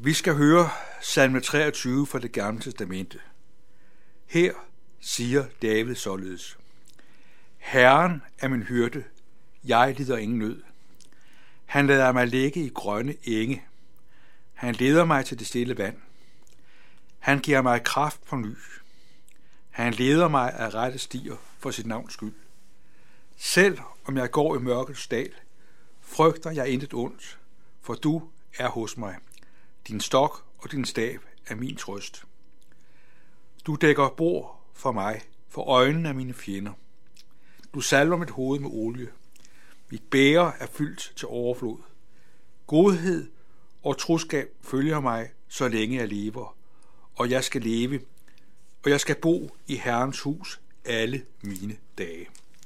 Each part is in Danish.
Vi skal høre salme 23 fra det gamle testamente. Her siger David således: Herren er min hyrde, jeg lider ingen nød. Han lader mig ligge i grønne enge. Han leder mig til det stille vand. Han giver mig kraft på ny. Han leder mig af rette stier for sit navns skyld. Selv om jeg går i mørkets dal, frygter jeg intet ondt, for du er hos mig. Din stok og din stav er min trøst. Du dækker bord for mig, for øjnene af mine fjender. Du salver mit hoved med olie. Mit bæger er fyldt til overflod. Godhed og troskab følger mig, så længe jeg lever, og jeg skal leve, og jeg skal bo i Herrens hus alle mine dage.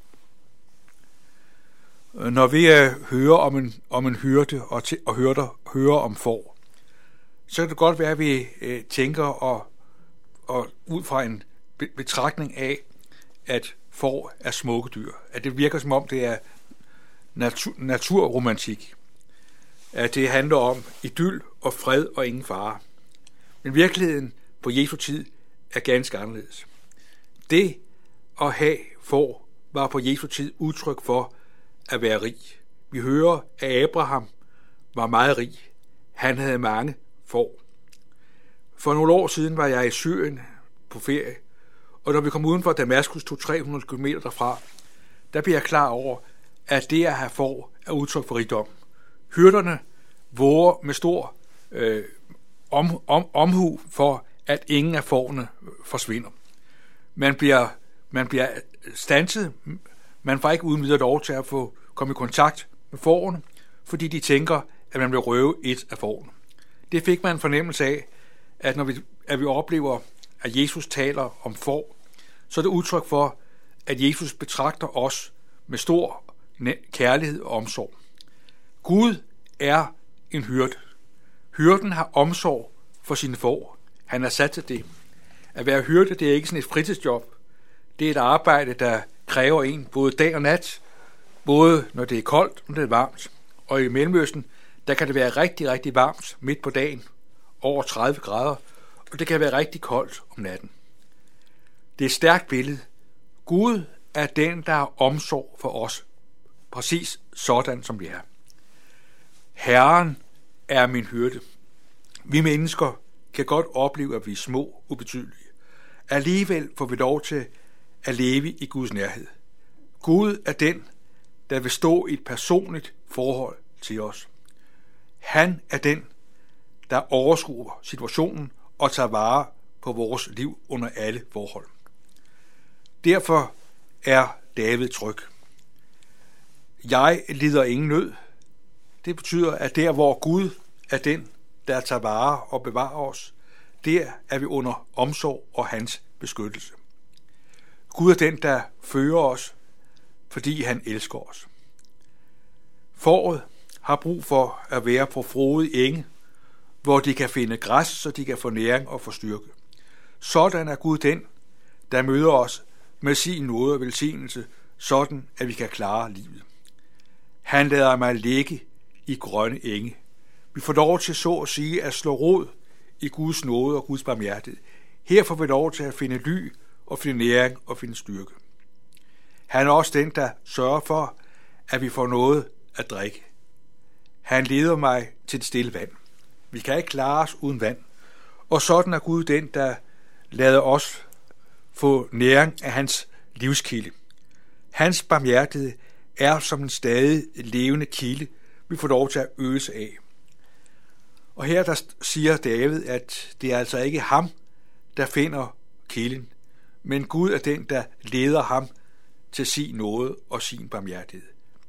Når vi hører om en hyrde og hører om får, så kan det godt være, at vi tænker og ud fra en betragtning af, at får er smukke dyr. At det virker som om, det er naturromantik. At det handler om idyl og fred og ingen fare. Men virkeligheden på Jesu tid er ganske anderledes. Det at have får var på Jesu tid udtryk for at være rig. Vi hører, at Abraham var meget rig. Han havde mange får. For nogle år siden var jeg i Syrien på ferie, og når vi kom uden for Damaskus, tog 300 km derfra, der blev jeg klar over, at det at have får er udtryk for rigdom. Hyrderne vover med stor omhu for, at ingen af fårene forsvinder. Man bliver standset. Man får ikke uden videre lov til at få komme i kontakt med fårene, fordi de tænker, at man vil røve et af fårene. Det fik man en fornemmelse af, at når vi oplever, at Jesus taler om får, så er det udtryk for, at Jesus betragter os med stor kærlighed og omsorg. Gud er en hyrde. Hyrden har omsorg for sine får. Han er sat til det. At være hyrde, det er ikke sådan et fritidsjob. Det er et arbejde, der kræver en både dag og nat, både når det er koldt og når det er varmt. Og i Mellemøsten, der kan det være rigtig, rigtig varmt midt på dagen, over 30 grader, og det kan være rigtig koldt om natten. Det er et stærkt billede. Gud er den, der har omsorg for os, præcis sådan som vi er. Herren er min hyrde. Vi mennesker kan godt opleve, at vi er små, ubetydelige. Alligevel får vi lov til at leve i Guds nærhed. Gud er den, der vil stå i et personligt forhold til os. Han er den, der overskuer situationen og tager vare på vores liv under alle forhold. Derfor er David tryg. Jeg lider ingen nød. Det betyder, at der hvor Gud er den, der tager vare og bevarer os, der er vi under omsorg og hans beskyttelse. Gud er den, der fører os, fordi han elsker os. Fåret har brug for at være på frodig enge, hvor de kan finde græs, så de kan få næring og få styrke. Sådan er Gud den, der møder os med sin nåde og velsignelse, sådan at vi kan klare livet. Han lader mig ligge i grønne enge. Vi får lov til så at sige at slå rod i Guds nåde og Guds barmhjertighed. Her får vi lov til at finde ly og finde næring og finde styrke. Han er også den, der sørger for, at vi får noget at drikke. Han leder mig til det stille vand. Vi kan ikke klare os uden vand. Og sådan er Gud den, der lader os få næring af hans livskilde. Hans barmhjertighed er som en stadig levende kilde, vi får lov til at øse af. Og her der siger David, at det er altså ikke ham, der finder kilden, men Gud er den, der leder ham til sin nåde og sin barmhjertighed.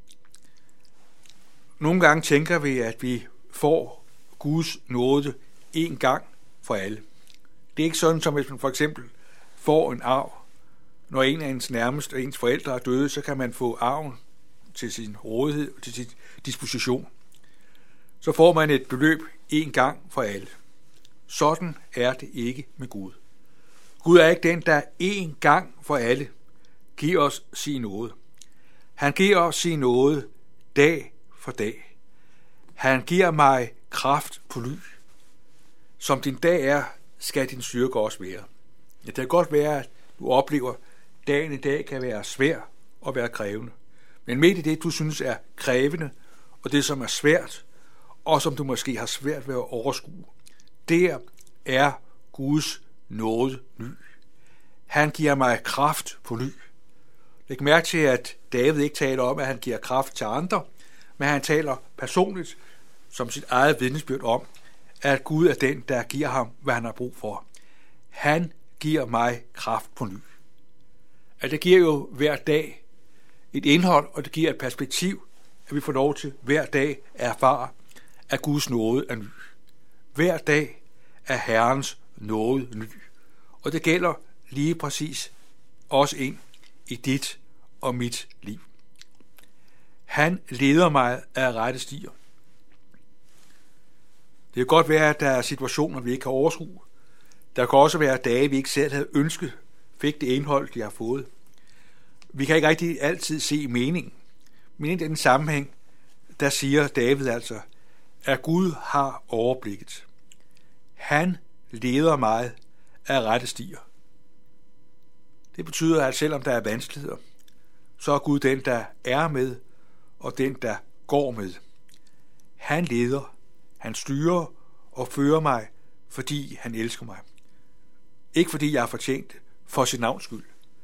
Nogle gange tænker vi, at vi får Guds nåde en gang for alle. Det er ikke sådan, som hvis man for eksempel får en arv. Når en af ens nærmeste og ens forældre er døde, så kan man få arven til sin rådighed og til sin disposition. Så får man et beløb en gang for alle. Sådan er det ikke med Gud. Gud er ikke den, der en gang for alle giver os sin nåde. Han giver os sin nåde dag for dag. Han giver mig kraft på ny. Som din dag er, skal din styrke også være. Ja, det kan godt være, at du oplever, at dagen i dag kan være svær og være krævende. Men midt i det, du synes er krævende, og det, som er svært, og som du måske har svært ved at overskue, der er Guds nåde ny. Han giver mig kraft på ny. Læg mærke til, at David ikke taler om, at han giver kraft til andre, men han taler personligt som sit eget vidnesbyrd om, at Gud er den, der giver ham, hvad han har brug for. Han giver mig kraft på ny. At det giver jo hver dag et indhold, og det giver et perspektiv, at vi får lov til hver dag at erfare, at Guds nåde er ny. Hver dag er Herrens nåde ny. Og det gælder lige præcis også ind i dit og mit liv. Han leder mig af rette stier. Det kan godt være, at der er situationer, vi ikke kan overskue. Der kan også være dage, vi ikke selv havde ønsket, fik det indhold, de har fået. Vi kan ikke rigtig altid se meningen. Men i den sammenhæng, der siger David altså, at Gud har overblikket. Han leder mig af rette stier. Det betyder, at selvom der er vanskeligheder, så er Gud den, der er med, og den, der går med. Han leder, han styrer og fører mig, fordi han elsker mig. Ikke fordi jeg har fortjent det, for sit navns skyld.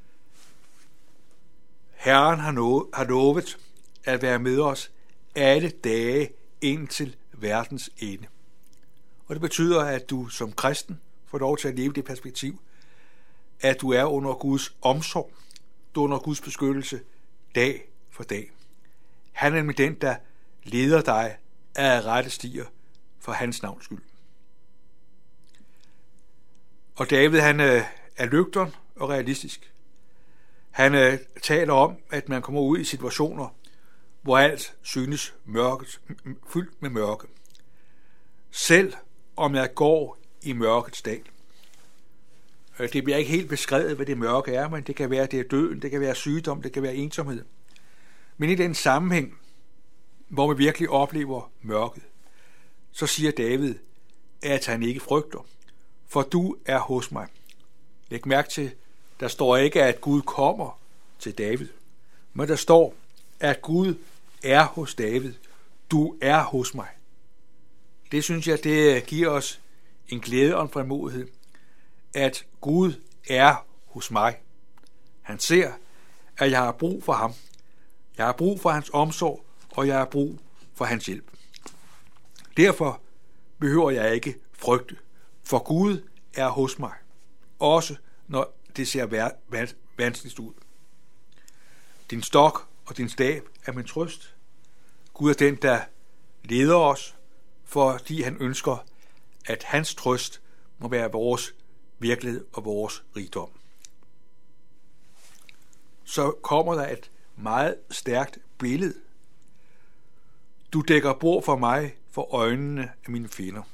Herren har lovet at være med os alle dage indtil verdens ende. Og det betyder, at du som kristen får lov til at leve det perspektiv, at du er under Guds omsorg, du er under Guds beskyttelse dag for dag. Han er nemlig den, der leder dig af rette stier for hans navns skyld. Og David, han er nøgtern og realistisk. Han taler om, at man kommer ud i situationer, hvor alt synes fyldt med mørke. Selv om jeg går i mørkets dal. Det bliver ikke helt beskrevet, hvad det mørke er, men det kan være, det er døden, det kan være sygdom, det kan være ensomhed. Men i den sammenhæng, hvor vi virkelig oplever mørket, så siger David, at han ikke frygter, for du er hos mig. Læg mærke til, der står ikke, at Gud kommer til David, men der står, at Gud er hos David. Du er hos mig. Det synes jeg, det giver os en glæde og en frimodighed, at Gud er hos mig. Han ser, at jeg har brug for ham. Jeg har brug for hans omsorg, og jeg har brug for hans hjælp. Derfor behøver jeg ikke frygte, for Gud er hos mig, også når det ser vanskeligt ud. Din stok og din stab er min trøst. Gud er den, der leder os, fordi han ønsker, at hans trøst må være vores virkelighed og vores rigdom. Så kommer der et meget stærkt billede. Du dækker bord for mig for øjnene af mine fjender.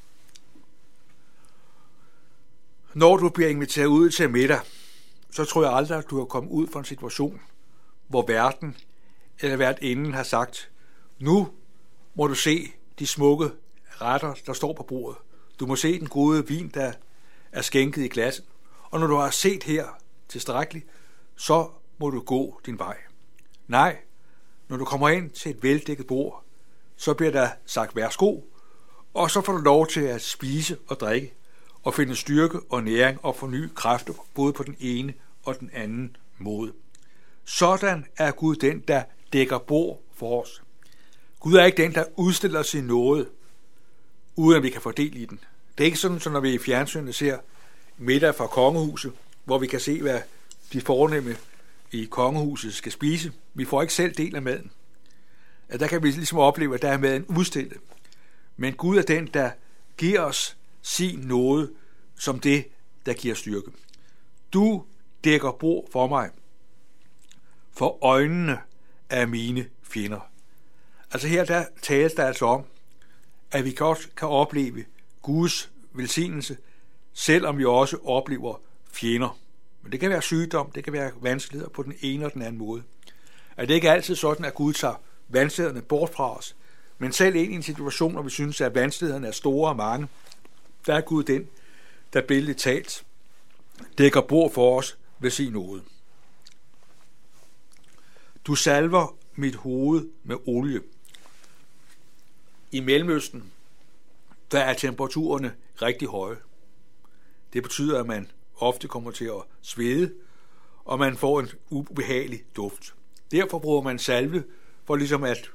Når du bliver inviteret ud til middag, så tror jeg aldrig, at du har kommet ud fra en situation, hvor verden eller værtinden har sagt, nu må du se de smukke retter, der står på bordet. Du må se den gode vin, der er skænket i glassen. Og når du har set her tilstrækkeligt, så må du gå din vej. Nej, når du kommer ind til et veldækket bord, så bliver der sagt værsgo, og så får du lov til at spise og drikke, og finde styrke og næring og forny kræfter, både på den ene og den anden måde. Sådan er Gud den, der dækker bord for os. Gud er ikke den, der udstiller sin nåde, uden at vi kan få del i den. Det er ikke sådan, som når vi i fjernsynet ser middag fra kongehuset, hvor vi kan se, hvad de fornemme i kongehuset skal spise. Vi får ikke selv del af maden. Der kan vi ligesom opleve, at der er maden udstillet. Men Gud er den, der giver os sin nåde som det, der giver styrke. Du dækker bord for mig, for øjnene af mine fjender. Altså her der tales der altså om, at vi godt kan opleve Guds velsignelse, selvom vi også oplever fjender. Men det kan være sygdom, det kan være vanskeligheder på den ene og den anden måde. At det ikke er altid sådan, at Gud tager vanskelighederne bort fra os, men selv ind i en situation, hvor vi synes, at vanskelighederne er store og mange, der er Gud den, der billedligt talt dækker bord for os ved sin nåde. Du salver mit hoved med olie. I Mellemøsten, der er temperaturerne rigtig høje. Det betyder, at man ofte kommer til at svede, og man får en ubehagelig duft. Derfor bruger man salve for ligesom at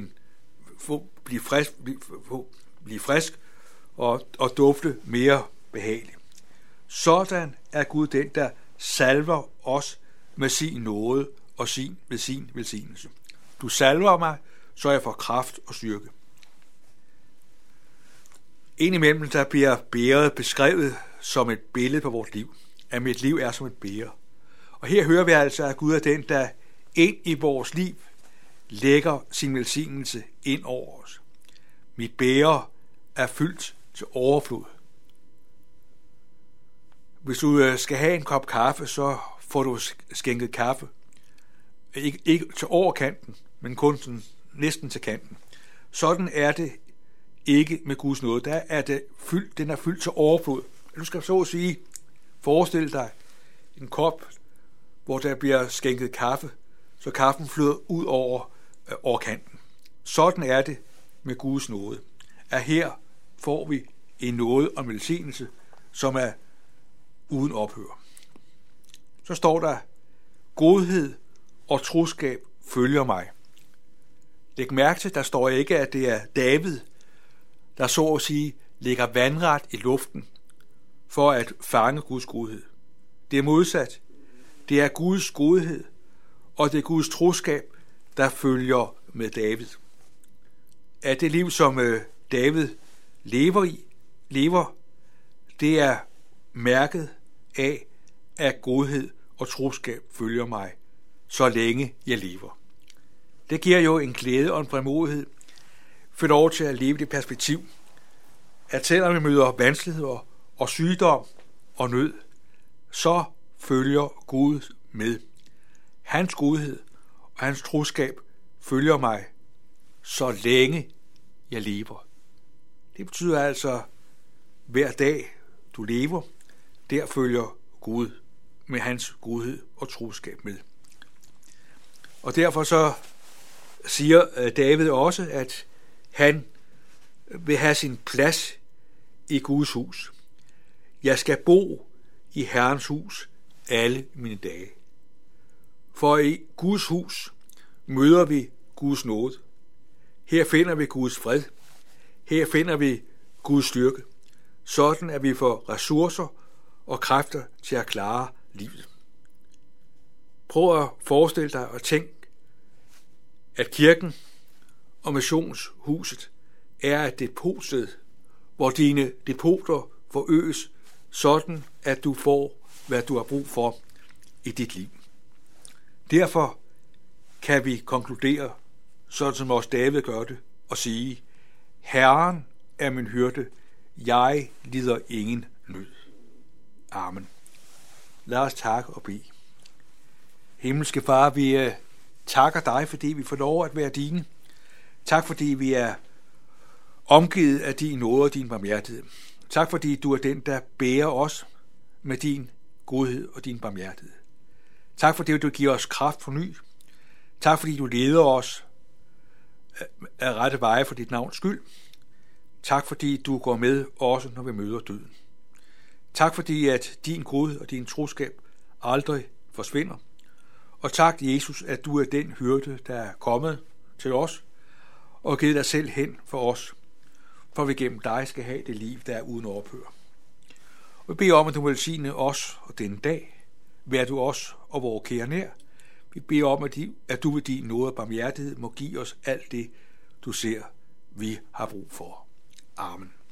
blive frisk og dufte mere behageligt. Sådan er Gud den, der salver os med sin nåde og sin velsignelse. Du salver mig, så jeg får kraft og styrke. Indimellem der bliver bæret beskrevet som et billede på vores liv. At mit liv er som et bæger. Og her hører vi altså, at Gud er den, der ind i vores liv lægger sin velsignelse ind over os. Mit bæger er fyldt til overflod. Hvis du skal have en kop kaffe, så får du skænket kaffe. Ikke til overkanten, men kun sådan, næsten til kanten. Sådan er det ikke med Guds nåde. Der er den er fyldt til overflod. Du skal så at sige, forestil dig en kop, hvor der bliver skænket kaffe, så kaffen flyder ud over kanten. Sådan er det med Guds nåde. At her får vi en nåde og velsignelse, som er uden ophør. Så står der, godhed og troskab følger mig. Læg mærke til, der står ikke, at det er David, der så at sige ligger vandret i luften for at fange Guds godhed. Det er modsat. Det er Guds godhed, og det er Guds troskab, der følger med David. At det liv, som David lever, det er mærket af, at godhed og troskab følger mig, så længe jeg lever. Det giver jo en glæde og en frimodighed, for lov til at leve det perspektiv, at selvom vi møder vanskeligheder og sygdom og nød, så følger Gud med. Hans godhed og hans troskab følger mig, så længe jeg lever. Det betyder altså, hver dag du lever, der følger Gud med hans godhed og troskab med. Og derfor så siger David også, at han vil have sin plads i Guds hus. Jeg skal bo i Herrens hus alle mine dage. For i Guds hus møder vi Guds nåde. Her finder vi Guds fred. Her finder vi Guds styrke. Sådan at vi får ressourcer og kræfter til at klare livet. Prøv at forestille dig og tænk, at kirken og missionshuset er et depotsted, hvor dine depoter forøges, sådan at du får, hvad du har brug for i dit liv. Derfor kan vi konkludere, sådan som også David gør det, og sige, Herren er min hyrde, jeg lider ingen nød. Amen. Lad os takke og bede. Himmelske Far, vi takker dig, fordi vi får lov at være dine. Tak, fordi vi er omgivet af din nåde og din barmhjertighed. Tak, fordi du er den, der bærer os med din godhed og din barmhjertighed. Tak, fordi du giver os kraft for ny. Tak, fordi du leder os af rette veje for dit navns skyld. Tak, fordi du går med også, når vi møder døden. Tak, fordi at din godhed og din troskab aldrig forsvinder. Og tak, Jesus, at du er den hyrde, der er kommet til os og givet dig selv hen for os, for vi gennem dig skal have det liv, der er uden ophør. Og vi beder om, at du velsigne os og denne dag. Vær du os og vores kære nær. Vi beder om, at du ved din nåde og barmhjertighed må give os alt det, du ser, vi har brug for. Amen.